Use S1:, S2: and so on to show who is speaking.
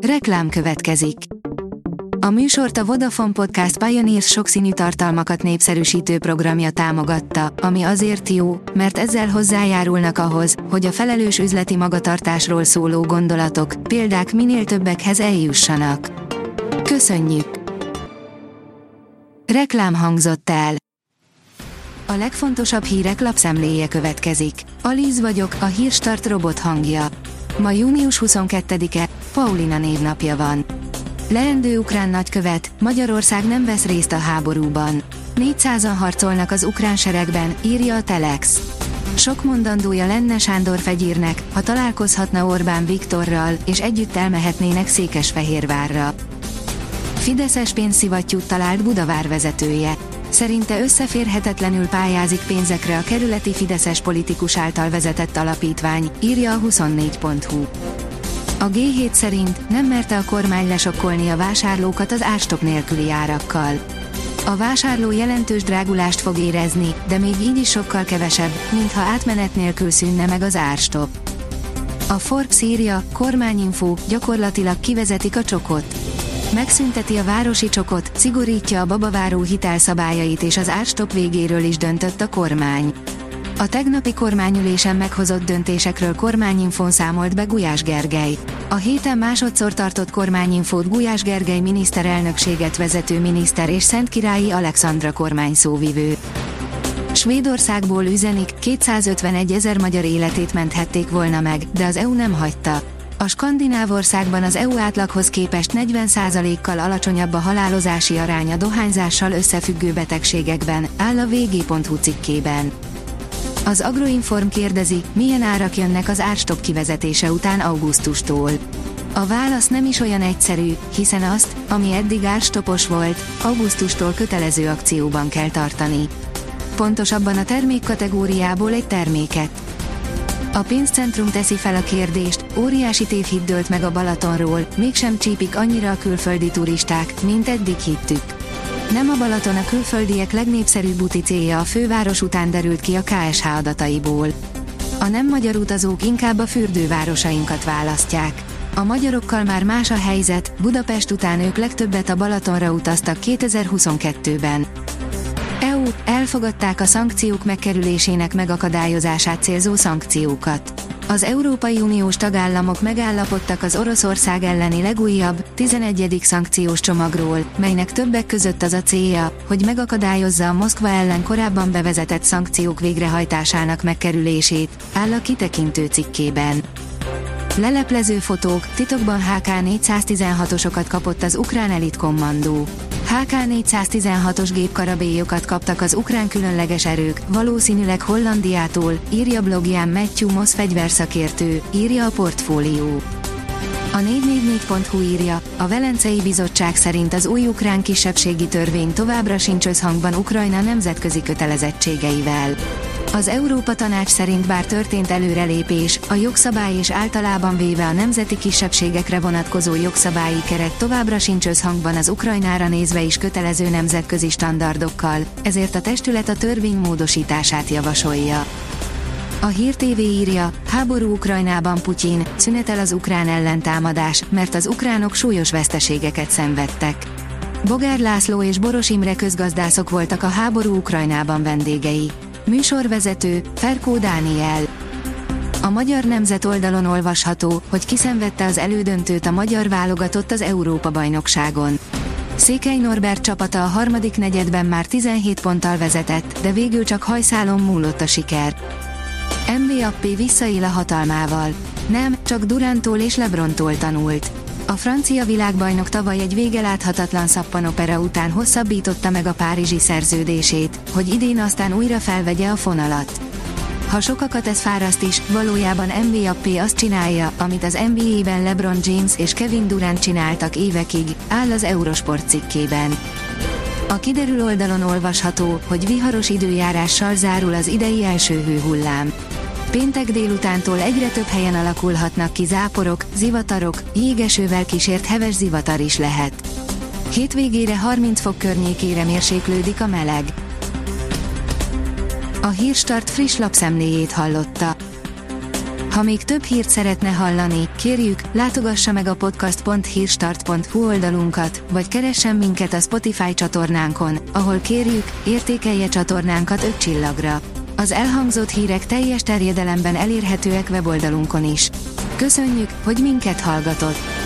S1: Reklám következik. A műsort a Vodafone Podcast Pioneers sokszínű tartalmakat népszerűsítő programja támogatta, ami azért jó, mert ezzel hozzájárulnak ahhoz, hogy a felelős üzleti magatartásról szóló gondolatok, példák minél többekhez eljussanak. Köszönjük! Reklám hangzott el. A legfontosabb hírek lapszemléje következik. Alíz vagyok, a Hírstart robot hangja. Ma június 22-e, Paulina névnapja van. Leendő ukrán nagykövet, Magyarország nem vesz részt a háborúban. 400-an harcolnak az ukrán seregben, írja a Telex. Sok mondandója lenne Sándor Fegyírnek, ha találkozhatna Orbán Viktorral, és együtt elmehetnének Székesfehérvárra. Fideszes pénzszivattyút talált Budavár vezetője. Szerinte összeférhetetlenül pályázik pénzekre a kerületi fideszes politikus által vezetett alapítvány, írja a 24.hu. A G7 szerint nem merte a kormány lesokkolni a vásárlókat az árstop nélküli árakkal. A vásárló jelentős drágulást fog érezni, de még így is sokkal kevesebb, mintha átmenet nélkül szűnne meg az árstop. A Forbes írja, kormányinfó, gyakorlatilag kivezetik a csokot. Megszünteti a városi csokot, szigorítja a babaváró hitelszabályait és az árstop végéről is döntött a kormány. A tegnapi kormányülésen meghozott döntésekről kormányinfón számolt be Gulyás Gergely. A héten másodszor tartott kormányinfót Gulyás Gergely miniszterelnökséget vezető miniszter és Szentkirályi Alexandra kormányszóvivő. Svédországból üzenik, 251 000 magyar életét menthették volna meg, de az EU nem hagyta. A skandináv országban az EU átlaghoz képest 40%-kal alacsonyabb a halálozási arány a dohányzással összefüggő betegségekben, áll a vg.hu cikkében. Az Agroinform kérdezi, milyen árak jönnek az árstop kivezetése után augusztustól. A válasz nem is olyan egyszerű, hiszen azt, ami eddig árstopos volt, augusztustól kötelező akcióban kell tartani. Pontosabban a termékkategóriából egy terméket. A pénzcentrum teszi fel a kérdést, óriási tévhit dőlt meg a Balatonról, mégsem csípik annyira a külföldi turisták, mint eddig hittük. Nem a Balaton a külföldiek legnépszerűbb úti célja a főváros után derült ki a KSH adataiból. A nem magyar utazók inkább a fürdővárosainkat választják. A magyarokkal már más a helyzet, Budapest után ők legtöbbet a Balatonra utaztak 2022-ben. EU, elfogadták a szankciók megkerülésének megakadályozását célzó szankciókat. Az Európai Uniós tagállamok megállapodtak az Oroszország elleni legújabb, 11. szankciós csomagról, melynek többek között az a célja, hogy megakadályozza a Moszkva ellen korábban bevezetett szankciók végrehajtásának megkerülését, áll a Kitekintő cikkében. Leleplező fotók, titokban HK-416-osokat kapott az ukrán elitkommandó. HK-416-os gépkarabélyokat kaptak az ukrán különleges erők, valószínűleg Hollandiától, írja blogján Matthew Moss fegyverszakértő, írja a Portfólió. A 444.hu írja, a Velencei Bizottság szerint az új ukrán kisebbségi törvény továbbra sincs összhangban Ukrajna nemzetközi kötelezettségeivel. Az Európa Tanács szerint bár történt előrelépés, a jogszabály és általában véve a nemzeti kisebbségekre vonatkozó jogszabályi keret továbbra sincs összhangban az Ukrajnára nézve is kötelező nemzetközi standardokkal, ezért a testület a törvény módosítását javasolja. A Hír TV írja, háború Ukrajnában Putyin, szünetel az ukrán ellentámadás, mert az ukránok súlyos veszteségeket szenvedtek. Bogár László és Boros Imre közgazdászok voltak a háború Ukrajnában vendégei. Műsorvezető, Ferkó Dániel. A Magyar Nemzet oldalon olvasható, hogy kiszenvedte az elődöntőt a magyar válogatott az Európa-bajnokságon. Székely Norbert csapata a harmadik negyedben már 17 ponttal vezetett, de végül csak hajszálon múlott a siker. Mbappé visszaél a hatalmával. Nem, csak Duranttól és LeBrontól tanult. A francia világbajnok tavaly egy végeláthatatlan szappanopera után hosszabbította meg a párizsi szerződését, hogy idén aztán újra felvegye a fonalat. Ha sokakat ez fáraszt is, valójában Mbappé azt csinálja, amit az NBA-ben LeBron James és Kevin Durant csináltak évekig, áll az Eurosport cikkében. A kiderül oldalon olvasható, hogy viharos időjárással zárul az idei első hőhullám. Péntek délutántól egyre több helyen alakulhatnak ki záporok, zivatarok, jégesővel kísért heves zivatar is lehet. Hétvégére 30 fok környékére mérséklődik a meleg. A Hírstart friss lapszemléjét hallotta. Ha még több hírt szeretne hallani, kérjük, látogassa meg a podcast.hírstart.hu oldalunkat, vagy keressen minket a Spotify csatornánkon, ahol kérjük, értékelje csatornánkat 5 csillagra. Az elhangzott hírek teljes terjedelemben elérhetőek weboldalunkon is. Köszönjük, hogy minket hallgatott!